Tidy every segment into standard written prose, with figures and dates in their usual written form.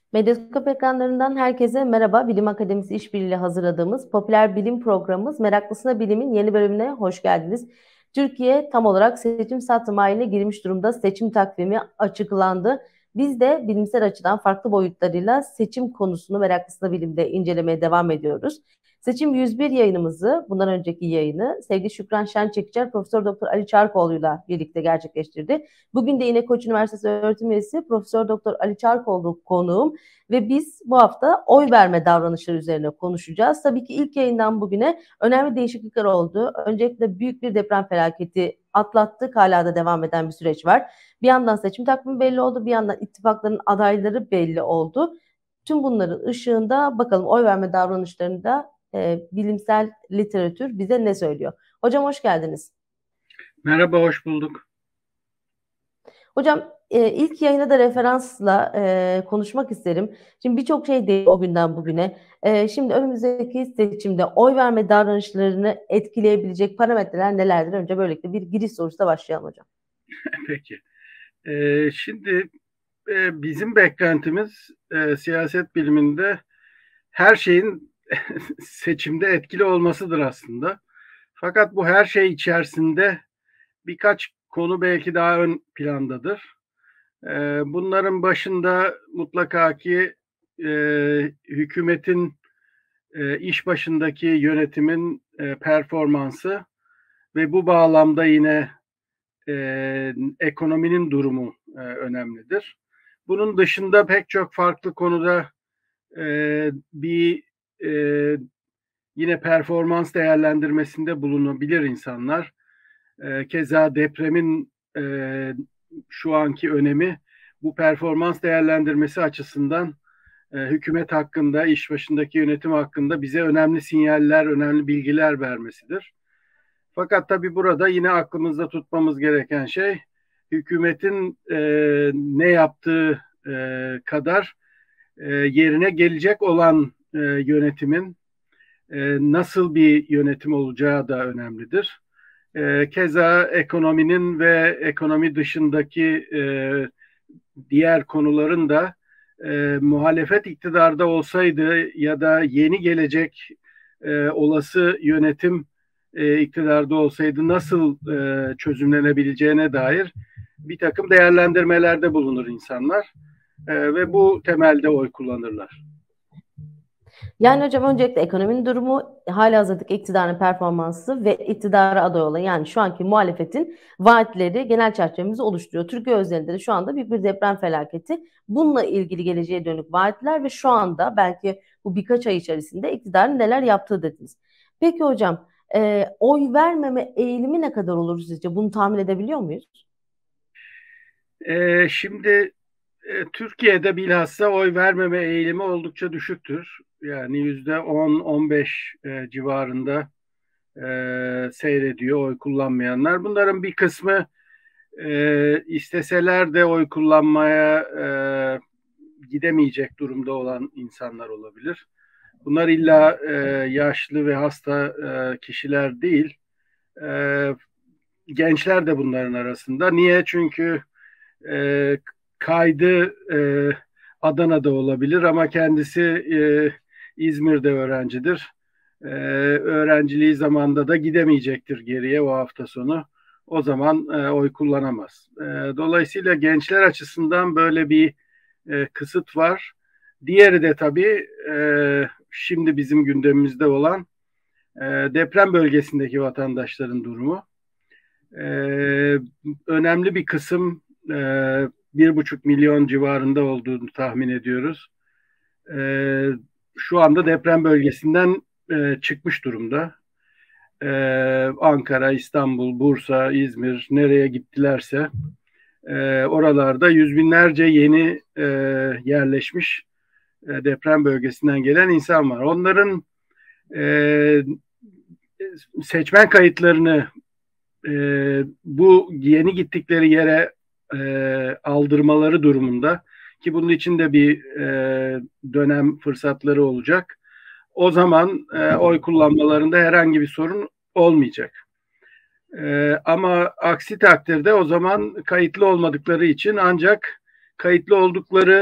Medyaskop ekranlarından herkese merhaba. Bilim Akademisi işbirliğiyle hazırladığımız popüler bilim programımız Meraklısına Bilim'in yeni bölümüne hoş geldiniz. Türkiye tam olarak seçim saat haline girmiş durumda. Seçim takvimi açıklandı. Biz de bilimsel açıdan farklı boyutlarıyla seçim konusunu Meraklısına Bilim'de incelemeye devam ediyoruz. Seçim 101 yayınımızı, bundan önceki yayını sevgili Şükran Şençekicer, Profesör Doktor Ali Çarkoğlu'yla birlikte gerçekleştirdi. Bugün de yine Koç Üniversitesi öğretim üyesi Profesör Doktor Ali Çarkoğlu konuğum ve biz bu hafta oy verme davranışları üzerine konuşacağız. Tabii ki ilk yayından bugüne önemli değişiklikler oldu. Öncelikle büyük bir deprem felaketi atlattık. Hala da devam eden bir süreç var. Bir yandan seçim takvimi belli oldu, bir yandan ittifakların adayları belli oldu. Tüm bunların ışığında bakalım oy verme davranışlarında bilimsel literatür bize ne söylüyor? Hocam hoş geldiniz. Merhaba, hoş bulduk. Hocam ilk yayına da referansla konuşmak isterim. Şimdi birçok şey değil o günden bugüne. Şimdi önümüzdeki seçimde oy verme davranışlarını etkileyebilecek parametreler nelerdir? Önce böylelikle bir giriş sorusuyla başlayalım hocam. Peki. Şimdi bizim beklentimiz siyaset biliminde her şeyin seçimde etkili olmasıdır aslında. Fakat bu her şey içerisinde birkaç konu belki daha ön plandadır. Bunların başında mutlaka ki e, hükümetin iş başındaki yönetimin performansı ve bu bağlamda yine ekonominin durumu önemlidir. Bunun dışında pek çok farklı konuda e, bir e, yine performans değerlendirmesinde bulunabilir insanlar. Keza depremin şu anki önemi bu performans değerlendirmesi açısından hükümet hakkında, iş başındaki yönetim hakkında bize önemli sinyaller, önemli bilgiler vermesidir. Fakat tabii burada yine aklımızda tutmamız gereken şey hükümetin ne yaptığı kadar yerine gelecek olan yönetimin nasıl bir yönetim olacağı da önemlidir. Keza ekonominin ve ekonomi dışındaki diğer konuların da muhalefet iktidarda olsaydı ya da yeni gelecek olası yönetim iktidarda olsaydı nasıl çözümlenebileceğine dair bir takım değerlendirmelerde bulunur insanlar ve bu temelde oy kullanırlar. Yani hocam öncelikle ekonominin durumu, halihazırdaki iktidarın performansı ve iktidara aday olan yani şu anki muhalefetin vaatleri genel çerçevemizi oluşturuyor. Türkiye özelinde de şu anda büyük bir deprem felaketi. Bununla ilgili geleceğe dönük vaatler ve şu anda belki bu birkaç ay içerisinde iktidarın neler yaptığı dediniz. Peki hocam oy vermeme eğilimi ne kadar olur sizce? Bunu tahmin edebiliyor muyuz? Şimdi Türkiye'de bilhassa oy vermeme eğilimi oldukça düşüktür. Yani %10-15 civarında seyrediyor oy kullanmayanlar. Bunların bir kısmı isteseler de oy kullanmaya gidemeyecek durumda olan insanlar olabilir. Bunlar illa yaşlı ve hasta kişiler değil. E, Gençler de bunların arasında. Niye? Çünkü e, kaydı Adana'da olabilir ama kendisi İzmir'de öğrencidir. Öğrenciliği zamanında da gidemeyecektir geriye o hafta sonu. O zaman oy kullanamaz. Dolayısıyla gençler açısından böyle bir kısıt var. Diğeri de tabii şimdi bizim gündemimizde olan deprem bölgesindeki vatandaşların durumu. Önemli bir kısım 1,5 milyon civarında olduğunu tahmin ediyoruz. E, Şu anda deprem bölgesinden çıkmış durumda. E, Ankara, İstanbul, Bursa, İzmir nereye gittilerse oralarda yüz binlerce yeni yerleşmiş deprem bölgesinden gelen insan var. Onların e, seçmen kayıtlarını e, bu yeni gittikleri yere aldırmaları durumunda ki bunun için de bir dönem fırsatları olacak. O zaman oy kullanmalarında herhangi bir sorun olmayacak. Ama aksi takdirde o zaman kayıtlı olmadıkları için ancak kayıtlı oldukları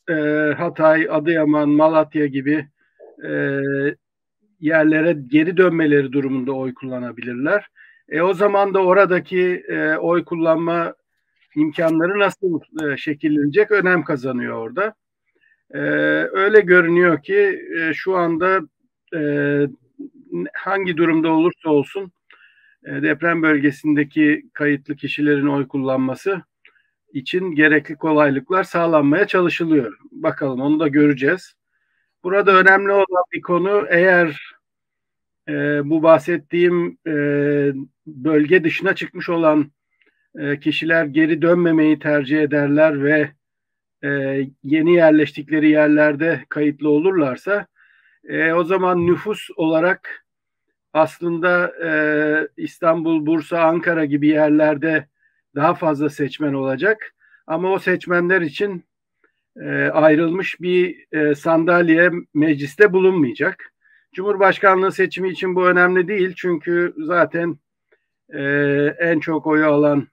Hatay, Adıyaman, Malatya gibi e, yerlere geri dönmeleri durumunda oy kullanabilirler. O zaman da oradaki oy kullanma imkanları nasıl şekillenecek önem kazanıyor orada. Öyle görünüyor ki şu anda e, hangi durumda olursa olsun deprem bölgesindeki kayıtlı kişilerin oy kullanması için gerekli kolaylıklar sağlanmaya çalışılıyor. Bakalım, onu da göreceğiz. Burada önemli olan bir konu, eğer bu bahsettiğim bölge dışına çıkmış olan kişiler geri dönmemeyi tercih ederler ve yeni yerleştikleri yerlerde kayıtlı olurlarsa o zaman nüfus olarak aslında İstanbul, Bursa, Ankara gibi yerlerde daha fazla seçmen olacak. Ama o seçmenler için ayrılmış bir sandalye mecliste bulunmayacak. Cumhurbaşkanlığı seçimi için bu önemli değil. Çünkü zaten en çok oyu alan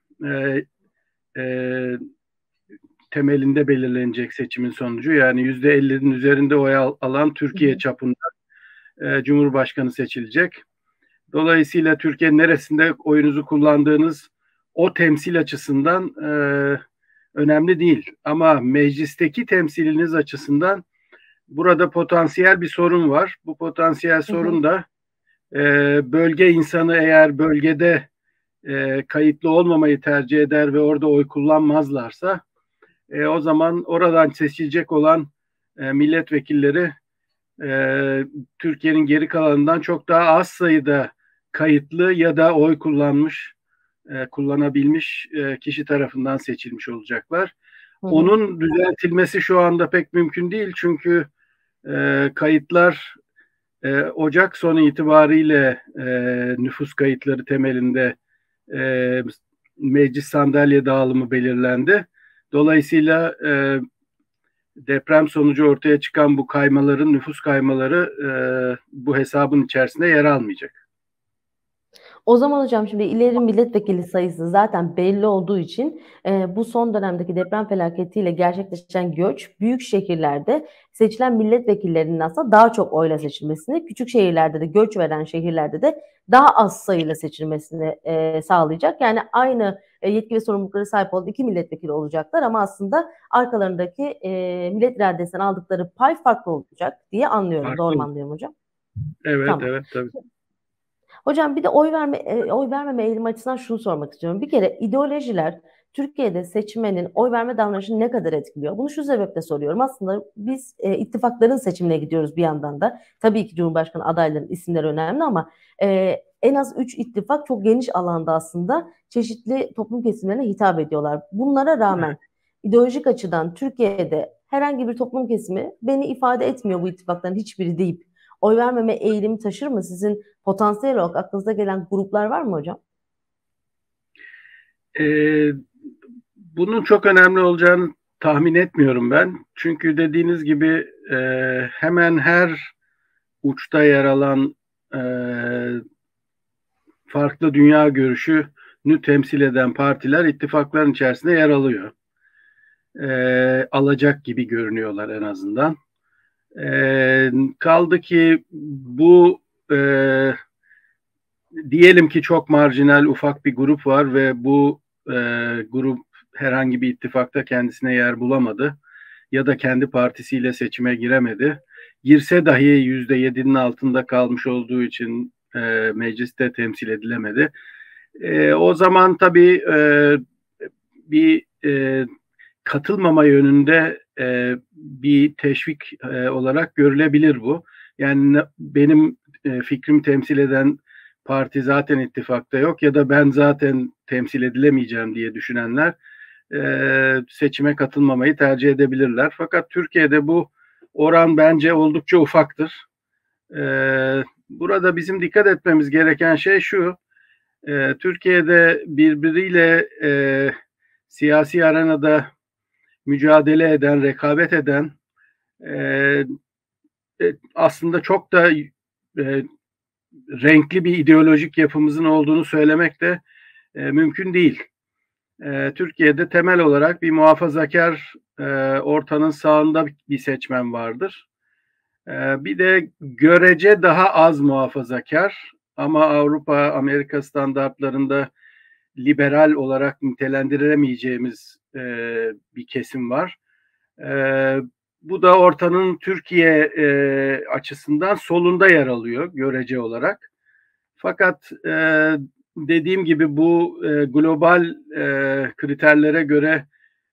temelinde belirlenecek seçimin sonucu. Yani %50'nin üzerinde oy alan Türkiye çapında Cumhurbaşkanı seçilecek. Dolayısıyla Türkiye'nin neresinde oyunuzu kullandığınız o temsil açısından önemli değil. Ama meclisteki temsiliniz açısından burada potansiyel bir sorun var. Bu potansiyel sorun da bölge insanı eğer bölgede kayıtlı olmamayı tercih eder ve orada oy kullanmazlarsa o zaman oradan seçilecek olan milletvekilleri Türkiye'nin geri kalanından çok daha az sayıda kayıtlı ya da oy kullanabilmiş kişi tarafından seçilmiş olacaklar. Onun düzeltilmesi şu anda pek mümkün değil, çünkü kayıtlar Ocak sonu itibariyle nüfus kayıtları temelinde meclis sandalye dağılımı belirlendi. Dolayısıyla deprem sonucu ortaya çıkan bu kaymaların, nüfus kaymaları bu hesabın içerisinde yer almayacak. O zaman hocam şimdi ileri milletvekili sayısı zaten belli olduğu için bu son dönemdeki deprem felaketiyle gerçekleşen göç büyük şehirlerde seçilen milletvekillerinin aslında daha çok oyla seçilmesini, küçük şehirlerde de göç veren şehirlerde de daha az sayıyla seçilmesini sağlayacak. Yani aynı yetki ve sorumlulukları sahip olan iki milletvekili olacaklar ama aslında arkalarındaki millet iradesinden aldıkları pay farklı olacak diye anlıyorum. Farklı. Doğru mu anlıyorum hocam? Evet, tamam. Evet, tabii. Hocam bir de oy vermeme eğilimi açısından şunu sormak istiyorum. Bir kere ideolojiler Türkiye'de seçmenin oy verme davranışını ne kadar etkiliyor? Bunu şu sebeple soruyorum. Aslında biz ittifakların seçimine gidiyoruz bir yandan da. Tabii ki Cumhurbaşkanı adaylarının isimleri önemli ama en az 3 ittifak çok geniş alanda aslında çeşitli toplum kesimlerine hitap ediyorlar. Bunlara rağmen ideolojik açıdan Türkiye'de herhangi bir toplum kesimi beni ifade etmiyor bu ittifakların hiçbiri deyip oy vermeme eğilimi taşır mı? Sizin potansiyel olarak aklınıza gelen gruplar var mı hocam? Bunun çok önemli olacağını tahmin etmiyorum ben. Çünkü dediğiniz gibi hemen her uçta yer alan farklı dünya görüşünü temsil eden partiler ittifakların içerisinde yer alıyor. Alacak gibi görünüyorlar en azından. Kaldı ki bu diyelim ki çok marjinal ufak bir grup var ve bu grup herhangi bir ittifakta kendisine yer bulamadı ya da kendi partisiyle seçime giremedi. Girse dahi %7'nin altında kalmış olduğu için mecliste temsil edilemedi. O zaman tabii bir katılmama yönünde bir teşvik olarak görülebilir bu. Yani benim fikrimi temsil eden parti zaten ittifakta yok ya da ben zaten temsil edilemeyeceğim diye düşünenler seçime katılmamayı tercih edebilirler. Fakat Türkiye'de bu oran bence oldukça ufaktır. Burada bizim dikkat etmemiz gereken şey şu: Türkiye'de birbiriyle siyasi arenada mücadele eden, rekabet eden aslında çok da renkli bir ideolojik yapımızın olduğunu söylemek de mümkün değil. Türkiye'de temel olarak bir muhafazakar ortanın sağında bir seçmen vardır. Bir de görece daha az muhafazakar ama Avrupa, Amerika standartlarında liberal olarak nitelendiremeyeceğimiz bir kesim var. Bu da ortanın Türkiye açısından solunda yer alıyor görece olarak. Fakat dediğim gibi bu global kriterlere göre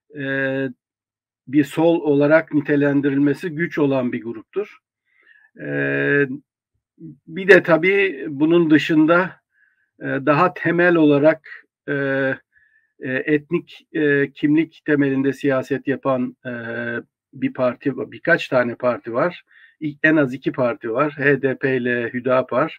bir sol olarak nitelendirilmesi güç olan bir gruptur. Bir de tabii bunun dışında daha temel olarak etnik kimlik temelinde siyaset yapan bir parti, birkaç tane parti var. En az 2 parti var. HDP ile Hüdapar.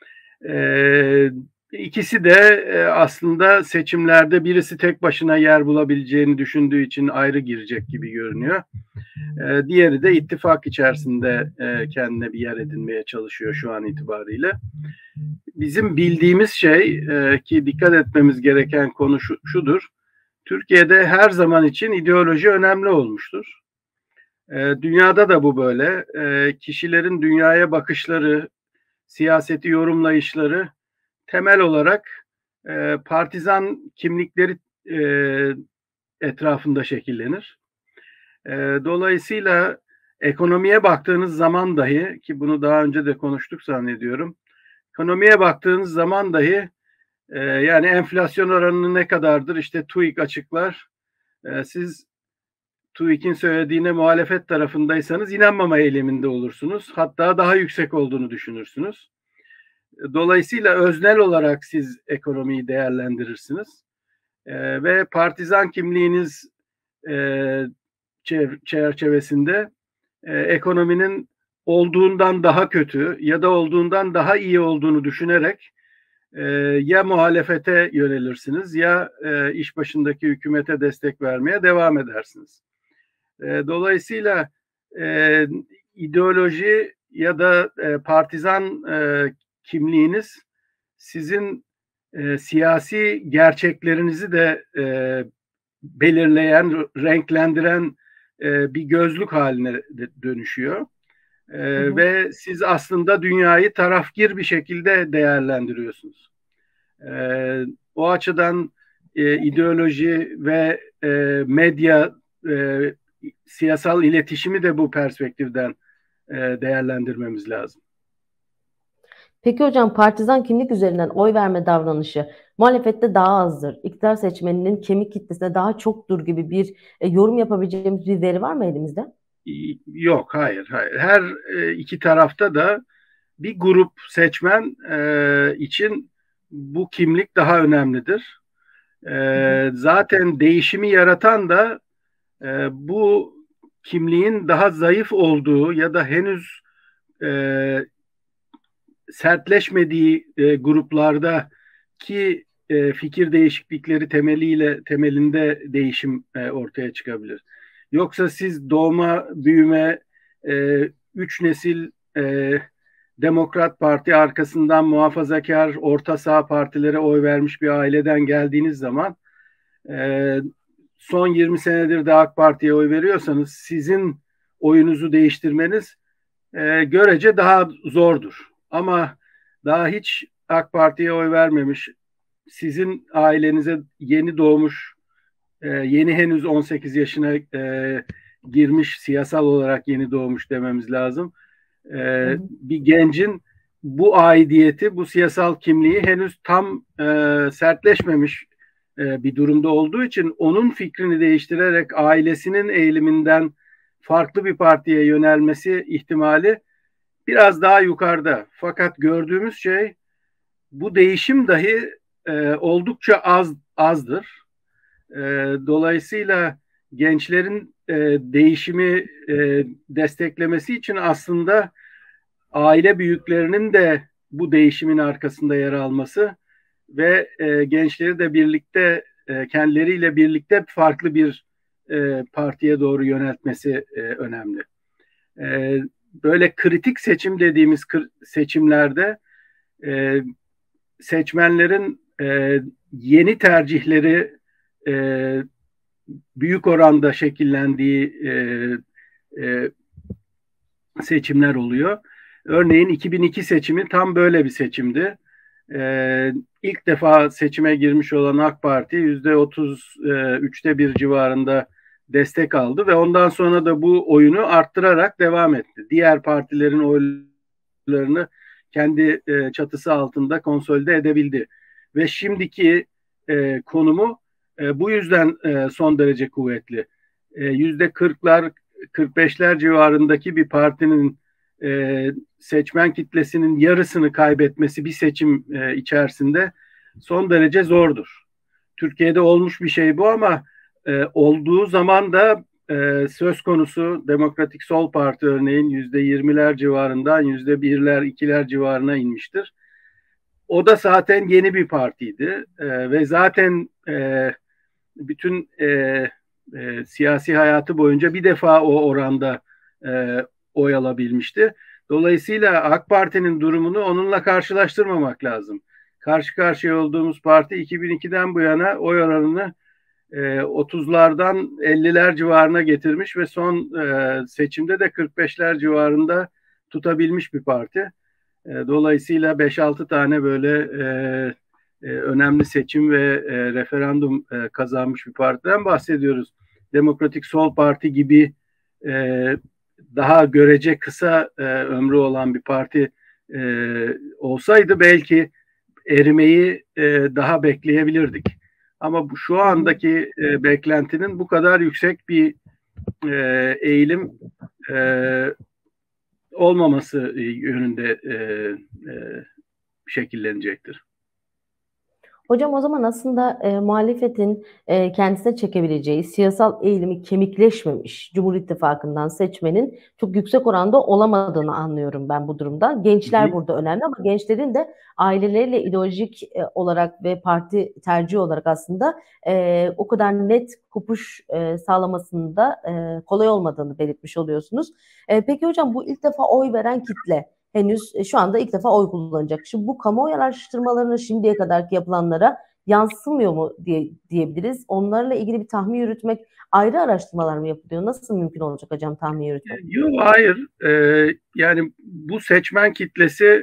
İkisi de aslında seçimlerde birisi tek başına yer bulabileceğini düşündüğü için ayrı girecek gibi görünüyor. Diğeri de ittifak içerisinde kendine bir yer edinmeye çalışıyor şu an itibariyle. Bizim bildiğimiz şey ki dikkat etmemiz gereken konu şudur. Türkiye'de her zaman için ideoloji önemli olmuştur. Dünyada da bu böyle. Kişilerin dünyaya bakışları, siyaseti yorumlayışları temel olarak partizan kimlikleri etrafında şekillenir. Dolayısıyla ekonomiye baktığınız zaman dahi, ki bunu daha önce de konuştuk zannediyorum, ekonomiye baktığınız zaman dahi yani enflasyon oranı ne kadardır? İşte TÜİK açıklar. Siz TÜİK'in söylediğine muhalefet tarafındaysanız inanmama eyleminde olursunuz. Hatta daha yüksek olduğunu düşünürsünüz. Dolayısıyla öznel olarak siz ekonomiyi değerlendirirsiniz. Ve partizan kimliğiniz çerçevesinde ekonominin olduğundan daha kötü ya da olduğundan daha iyi olduğunu düşünerek ya muhalefete yönelirsiniz ya iş başındaki hükümete destek vermeye devam edersiniz. Dolayısıyla ideoloji ya da partizan kimliğiniz sizin siyasi gerçeklerinizi de belirleyen, renklendiren bir gözlük haline dönüşüyor. Ve siz aslında dünyayı tarafgir bir şekilde değerlendiriyorsunuz. O açıdan ideoloji ve medya, siyasal iletişimi de bu perspektiften değerlendirmemiz lazım. Peki hocam, partizan kimlik üzerinden oy verme davranışı muhalefette daha azdır, İktidar seçmeninin kemik kitlesine daha çoktur gibi bir yorum yapabileceğimiz bir veri var mı elimizde? Yok, hayır. Her iki tarafta da bir grup seçmen için bu kimlik daha önemlidir. Zaten değişimi yaratan da bu kimliğin daha zayıf olduğu ya da henüz sertleşmediği gruplarda ki fikir değişiklikleri temelinde değişim ortaya çıkabilir. Yoksa siz doğma büyüme 3 nesil Demokrat Parti arkasından muhafazakar orta sağ partilere oy vermiş bir aileden geldiğiniz zaman son 20 senedir de AK Parti'ye oy veriyorsanız sizin oyunuzu değiştirmeniz görece daha zordur. Ama daha hiç AK Parti'ye oy vermemiş, sizin ailenize yeni doğmuş, yeni henüz 18 yaşına girmiş, siyasal olarak yeni doğmuş dememiz lazım. Bir gencin bu aidiyeti, bu siyasal kimliği henüz tam sertleşmemiş bir durumda olduğu için onun fikrini değiştirerek ailesinin eğiliminden farklı bir partiye yönelmesi ihtimali biraz daha yukarıda. Fakat gördüğümüz şey bu değişim dahi oldukça azdır. Dolayısıyla gençlerin değişimi desteklemesi için aslında aile büyüklerinin de bu değişimin arkasında yer alması ve gençleri de birlikte kendileriyle birlikte farklı bir partiye doğru yöneltmesi önemli. Böyle kritik seçim dediğimiz seçimlerde seçmenlerin yeni tercihleri büyük oranda şekillendiği seçimler oluyor. Örneğin 2002 seçimi tam böyle bir seçimdi. İlk defa seçime girmiş olan AK Parti %33'te bir civarında destek aldı ve ondan sonra da bu oyunu arttırarak devam etti. Diğer partilerin oylarını kendi çatısı altında konsolide edebildi. Ve şimdiki konumu bu yüzden son derece kuvvetli. %40'lar, 45'ler civarındaki bir partinin seçmen kitlesinin yarısını kaybetmesi bir seçim içerisinde son derece zordur. Türkiye'de olmuş bir şey bu ama olduğu zaman da söz konusu Demokratik Sol Parti örneğin %20'ler civarından %1'ler, 2'ler civarına inmiştir. O da zaten yeni bir partiydi ve zaten bütün siyasi hayatı boyunca bir defa o oranda oy alabilmişti. Dolayısıyla AK Parti'nin durumunu onunla karşılaştırmamak lazım. Karşı karşıya olduğumuz parti 2002'den bu yana oy oranını 30'lardan 50'ler civarına getirmiş ve son seçimde de 45'ler civarında tutabilmiş bir parti. Dolayısıyla 5-6 tane böyle önemli seçim ve referandum kazanmış bir partiden bahsediyoruz. Demokratik Sol Parti gibi daha görece kısa ömrü olan bir parti olsaydı belki erimeyi daha bekleyebilirdik. Ama şu andaki beklentinin bu kadar yüksek bir eğilim olmaması yönünde şekillenecektir. Hocam o zaman aslında muhalefetin kendisine çekebileceği siyasal eğilimi kemikleşmemiş Cumhur İttifakı'ndan seçmenin çok yüksek oranda olamadığını anlıyorum ben bu durumda. Gençler burada önemli ama gençlerin de aileleriyle ideolojik olarak ve parti tercihi olarak aslında o kadar net kopuş sağlamasının da kolay olmadığını belirtmiş oluyorsunuz. Peki hocam bu ilk defa oy veren kitle henüz şu anda ilk defa oy kullanacak. Şimdi bu kamuoyu araştırmalarının şimdiye kadarki yapılanlara yansımıyor mu diyebiliriz. Onlarla ilgili bir tahmin yürütmek ayrı araştırmalar mı yapılıyor? Nasıl mümkün olacak hocam tahmin yürütmek? Yok, hayır. Yani bu seçmen kitlesi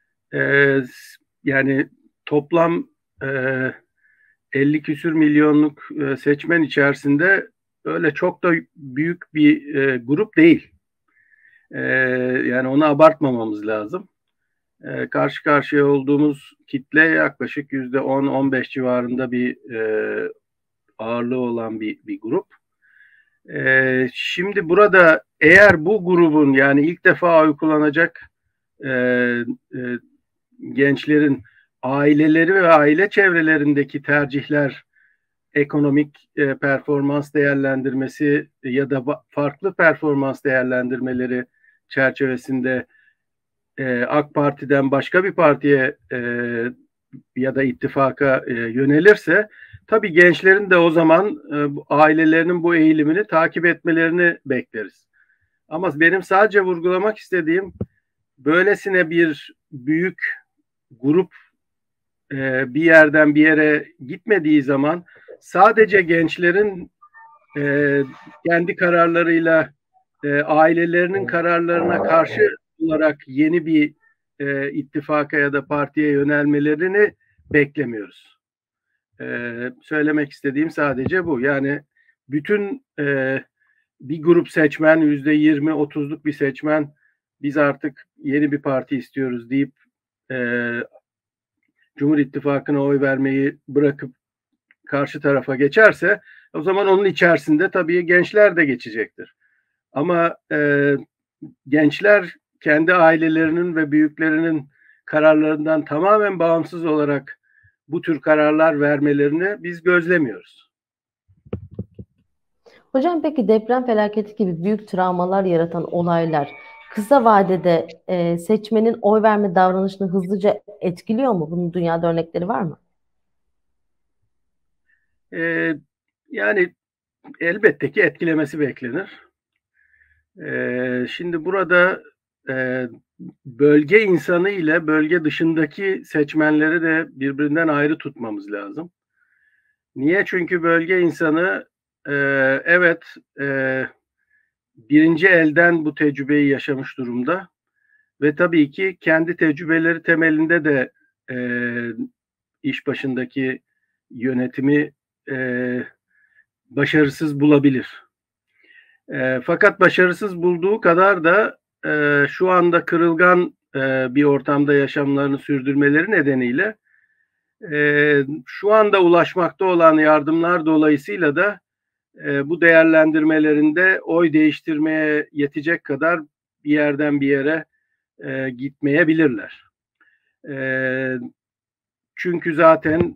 yani toplam 50 küsür milyonluk seçmen içerisinde öyle çok da büyük bir grup değil. Yani onu abartmamamız lazım. Karşı karşıya olduğumuz kitle yaklaşık %10-15 civarında bir ağırlığı olan bir grup. Şimdi burada eğer bu grubun yani ilk defa oy kullanacak gençlerin aileleri ve aile çevrelerindeki tercihler ekonomik performans değerlendirmesi ya da farklı performans değerlendirmeleri çerçevesinde AK Parti'den başka bir partiye ya da ittifaka yönelirse tabii gençlerin de o zaman ailelerinin bu eğilimini takip etmelerini bekleriz. Ama benim sadece vurgulamak istediğim böylesine bir büyük grup bir yerden bir yere gitmediği zaman sadece gençlerin kendi kararlarıyla ailelerinin kararlarına karşı olarak yeni bir ittifaka ya da partiye yönelmelerini beklemiyoruz. Söylemek istediğim sadece bu. Yani bütün bir grup seçmen %20-30'luk bir seçmen biz artık yeni bir parti istiyoruz deyip Cumhur İttifakı'na oy vermeyi bırakıp karşı tarafa geçerse o zaman onun içerisinde tabii gençler de geçecektir. Ama gençler kendi ailelerinin ve büyüklerinin kararlarından tamamen bağımsız olarak bu tür kararlar vermelerini biz gözlemiyoruz. Hocam peki deprem felaketi gibi büyük travmalar yaratan olaylar kısa vadede seçmenin oy verme davranışını hızlıca etkiliyor mu? Bunun dünyada örnekleri var mı? Yani elbette ki etkilemesi beklenir. Şimdi burada bölge insanı ile bölge dışındaki seçmenleri de birbirinden ayrı tutmamız lazım. Niye? Çünkü bölge insanı evet, birinci elden bu tecrübeyi yaşamış durumda ve tabii ki kendi tecrübeleri temelinde de e, iş başındaki yönetimi başarısız bulabilir. Fakat başarısız bulduğu kadar da şu anda kırılgan bir ortamda yaşamlarını sürdürmeleri nedeniyle şu anda ulaşmakta olan yardımlar dolayısıyla da bu değerlendirmelerinde oy değiştirmeye yetecek kadar bir yerden bir yere gitmeyebilirler. Çünkü zaten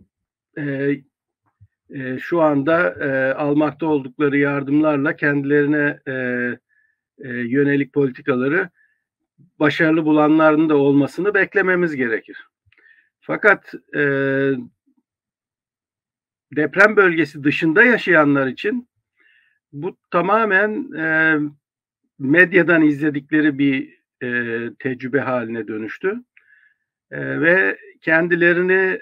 şu anda almakta oldukları yardımlarla kendilerine yönelik politikaları başarılı bulanların da olmasını beklememiz gerekir. Fakat deprem bölgesi dışında yaşayanlar için bu tamamen medyadan izledikleri bir tecrübe haline dönüştü. Ve kendilerini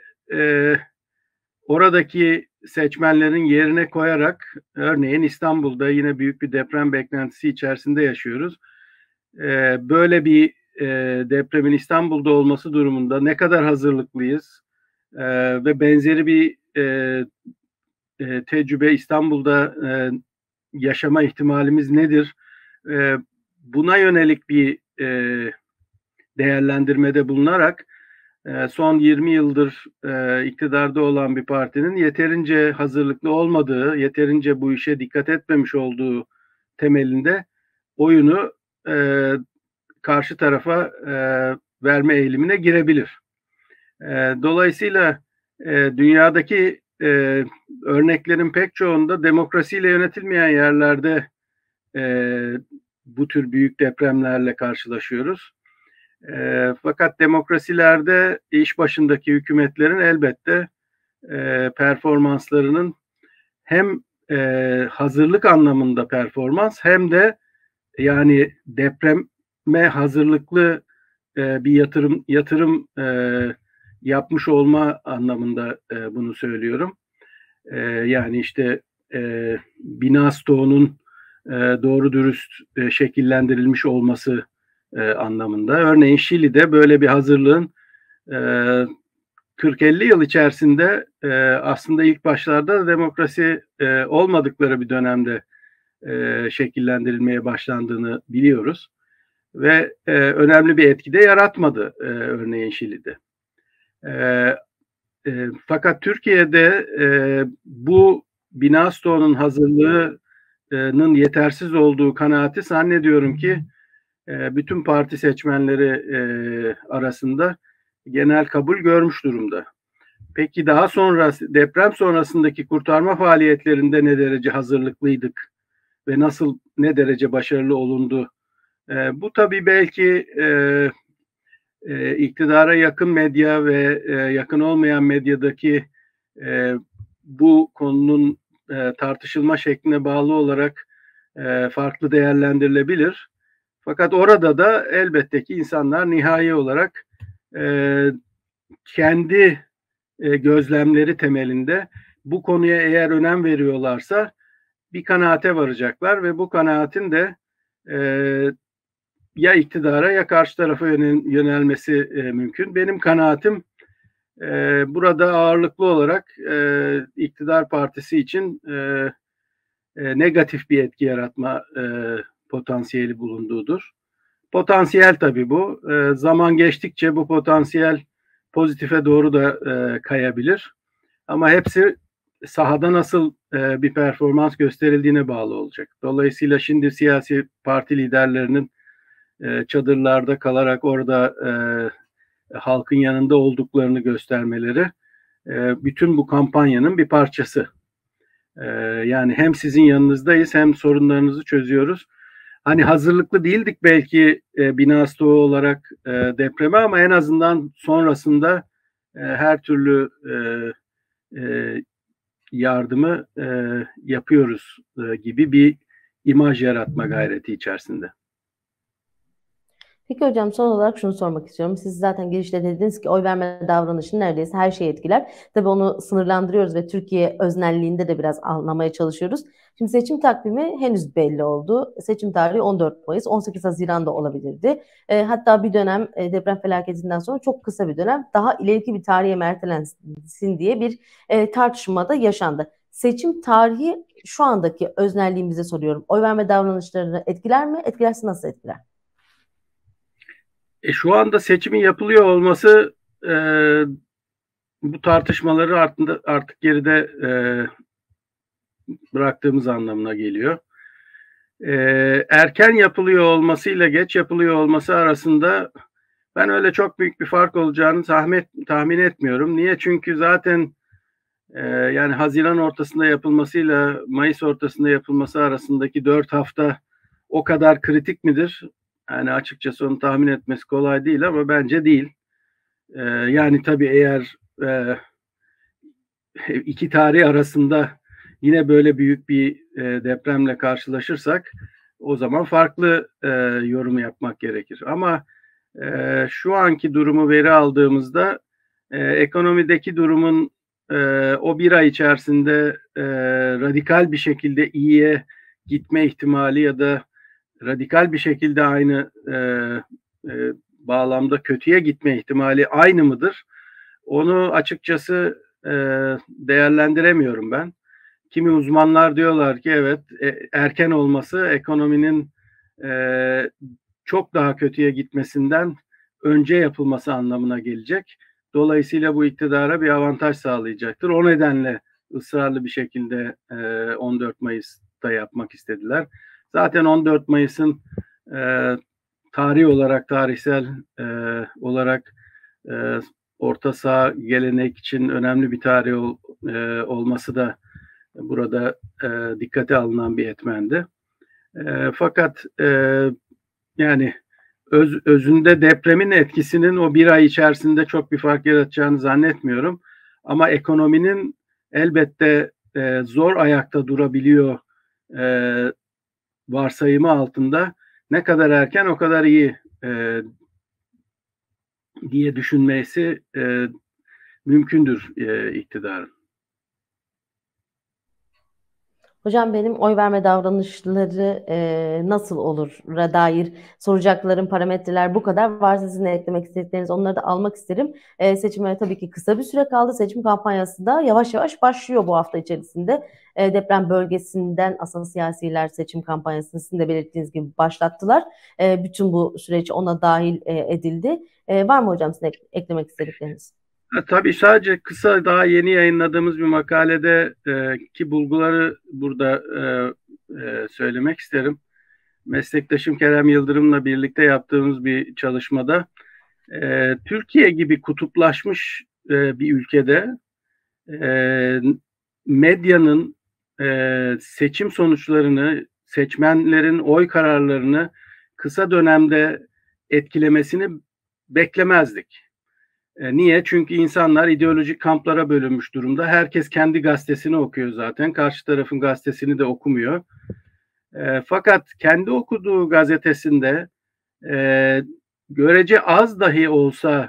oradaki seçmenlerin yerine koyarak, örneğin İstanbul'da yine büyük bir deprem beklentisi içerisinde yaşıyoruz. Böyle bir depremin İstanbul'da olması durumunda ne kadar hazırlıklıyız ve benzeri bir tecrübe İstanbul'da yaşama ihtimalimiz nedir? Buna yönelik bir değerlendirmede bulunarak son 20 yıldır iktidarda olan bir partinin yeterince hazırlıklı olmadığı, yeterince bu işe dikkat etmemiş olduğu temelinde oyunu karşı tarafa verme eğilimine girebilir. Dolayısıyla dünyadaki örneklerin pek çoğunda demokrasiyle yönetilmeyen yerlerde bu tür büyük depremlerle karşılaşıyoruz. Fakat demokrasilerde iş başındaki hükümetlerin elbette performanslarının hem hazırlık anlamında performans hem de yani depreme hazırlıklı bir yatırım yapmış olma anlamında bunu söylüyorum. Yani işte bina stoğunun doğru dürüst şekillendirilmiş olması anlamında. Örneğin Şili'de böyle bir hazırlığın 40-50 yıl içerisinde aslında ilk başlarda demokrasi olmadıkları bir dönemde şekillendirilmeye başlandığını biliyoruz. Ve önemli bir etki de yaratmadı örneğin Şili'de. Fakat Türkiye'de bu bina stoğunun hazırlığının yetersiz olduğu kanaati zannediyorum ki bütün parti seçmenleri arasında genel kabul görmüş durumda. Peki daha sonra deprem sonrasındaki kurtarma faaliyetlerinde ne derece hazırlıklıydık ve ne derece başarılı olundu? Bu tabii belki iktidara yakın medya ve yakın olmayan medyadaki bu konunun tartışılma şekline bağlı olarak farklı değerlendirilebilir. Fakat orada da elbette ki insanlar nihai olarak kendi gözlemleri temelinde bu konuya eğer önem veriyorlarsa bir kanaate varacaklar ve bu kanaatin de ya iktidara ya karşı tarafa yönelmesi mümkün. Benim kanaatim burada ağırlıklı olarak iktidar partisi için negatif bir etki yaratma potansiyeli bulunduğudur. Potansiyel tabii bu. Zaman geçtikçe bu potansiyel pozitife doğru da kayabilir. Ama hepsi sahada nasıl bir performans gösterildiğine bağlı olacak. Dolayısıyla şimdi siyasi parti liderlerinin çadırlarda kalarak orada halkın yanında olduklarını göstermeleri bütün bu kampanyanın bir parçası. Yani hem sizin yanınızdayız hem sorunlarınızı çözüyoruz. Hani hazırlıklı değildik belki bina stoğu olarak depreme ama en azından sonrasında her türlü yardımı yapıyoruz gibi bir imaj yaratma gayreti içerisinde. Peki hocam, son olarak şunu sormak istiyorum. Siz zaten girişte dediniz ki oy verme davranışını neredeyse her şey etkiler. Tabii onu sınırlandırıyoruz ve Türkiye öznelliğinde de biraz anlamaya çalışıyoruz. Şimdi seçim takvimi henüz belli oldu. Seçim tarihi 14 Mayıs, 18 Haziran'da olabilirdi. Hatta bir dönem deprem felaketinden sonra çok kısa bir dönem daha ileriki bir tarihe mi ertelensin diye bir tartışma da yaşandı. Seçim tarihi şu andaki öznelliğimize soruyorum. Oy verme davranışlarını etkiler mi? Etkilerse nasıl etkiler? Şu anda seçimin yapılıyor olması bu tartışmaları artık geride bıraktığımız anlamına geliyor. Erken yapılıyor olmasıyla geç yapılıyor olması arasında ben öyle çok büyük bir fark olacağını tahmin etmiyorum. Niye? Çünkü zaten yani Haziran ortasında yapılmasıyla Mayıs ortasında yapılması arasındaki 4 hafta o kadar kritik midir? Yani açıkçası onu tahmin etmesi kolay değil ama bence değil. Yani tabii eğer iki tarih arasında yine böyle büyük bir depremle karşılaşırsak o zaman farklı yorum yapmak gerekir. Ama şu anki durumu veri aldığımızda ekonomideki durumun o bir ay içerisinde radikal bir şekilde iyiye gitme ihtimali ya da radikal bir şekilde aynı bağlamda kötüye gitme ihtimali aynı mıdır? Onu açıkçası değerlendiremiyorum ben. Kimi uzmanlar diyorlar ki evet erken olması ekonominin çok daha kötüye gitmesinden önce yapılması anlamına gelecek. Dolayısıyla bu iktidara bir avantaj sağlayacaktır. O nedenle ısrarlı bir şekilde 14 Mayıs'ta yapmak istediler. Zaten 14 Mayıs'ın tarih olarak, tarihsel olarak Orta Çağ gelenek için önemli bir tarih olması da burada dikkate alınan bir etmendi. Fakat yani özünde depremin etkisinin o bir ay içerisinde çok bir fark yaratacağını zannetmiyorum. Ama ekonominin elbette zor ayakta durabiliyor varsayımı altında ne kadar erken o kadar iyi diye düşünmesi mümkündür iktidarın. Hocam, benim oy verme davranışları nasıl olur'a dair soracaklarım, parametreler bu kadar. Varsa sizin de eklemek istedikleriniz, onları da almak isterim. Seçimlere tabii ki kısa bir süre kaldı. Seçim kampanyası da yavaş yavaş başlıyor bu hafta içerisinde. Deprem bölgesinden aslında siyasiler seçim kampanyasını sizin de belirttiğiniz gibi başlattılar. Bütün bu süreç ona dahil edildi. Var mı hocam sizin eklemek istedikleriniz? Tabii sadece kısa daha yeni yayınladığımız bir makalede ki bulguları burada söylemek isterim. Meslektaşım Kerem Yıldırım'la birlikte yaptığımız bir çalışmada Türkiye gibi kutuplaşmış bir ülkede medyanın seçim sonuçlarını, seçmenlerin oy kararlarını kısa dönemde etkilemesini beklemezdik. Niye? Çünkü insanlar ideolojik kamplara bölünmüş durumda. Herkes kendi gazetesini okuyor zaten. Karşı tarafın gazetesini de okumuyor. Fakat kendi okuduğu gazetesinde görece az dahi olsa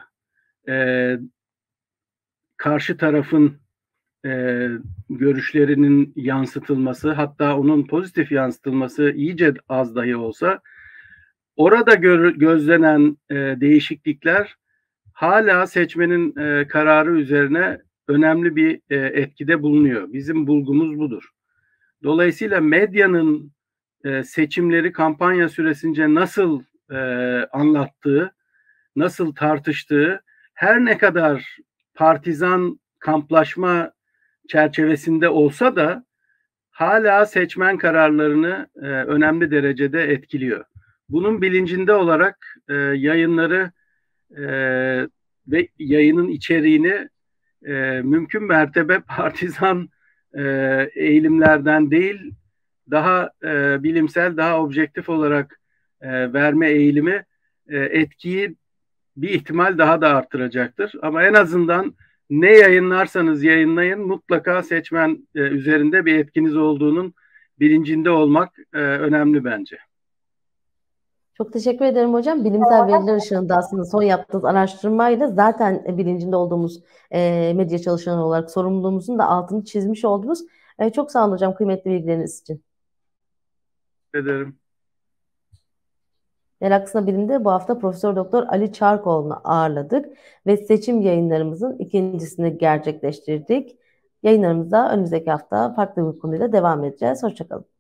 karşı tarafın görüşlerinin yansıtılması, hatta onun pozitif yansıtılması iyice az dahi olsa orada gözlenen değişiklikler hala seçmenin kararı üzerine önemli bir etkide bulunuyor. Bizim bulgumuz budur. Dolayısıyla medyanın seçimleri kampanya süresince nasıl anlattığı, nasıl tartıştığı, her ne kadar partizan kamplaşma çerçevesinde olsa da hala seçmen kararlarını önemli derecede etkiliyor. Bunun bilincinde olarak yayınları ve yayının içeriğini mümkün mertebe partizan eğilimlerden değil, daha bilimsel, daha objektif olarak verme eğilimi etkiyi bir ihtimal daha da arttıracaktır. Ama en azından ne yayınlarsanız yayınlayın mutlaka seçmen üzerinde bir etkiniz olduğunun bilincinde olmak önemli bence. Çok teşekkür ederim hocam. Bilimsel veriler ışığında aslında son yaptığınız araştırmayla zaten bilincinde olduğumuz medya çalışanı olarak sorumluluğumuzun da altını çizmiş oldunuz. Çok sağ olun hocam kıymetli bilgileriniz için. Ederim. Meraklısına Bilim'de bu hafta Profesör Doktor Ali Çarkoğlu'nu ağırladık ve seçim yayınlarımızın ikincisini gerçekleştirdik. Yayınlarımıza önümüzdeki hafta farklı bir konuyla devam edeceğiz. Hoşçakalın.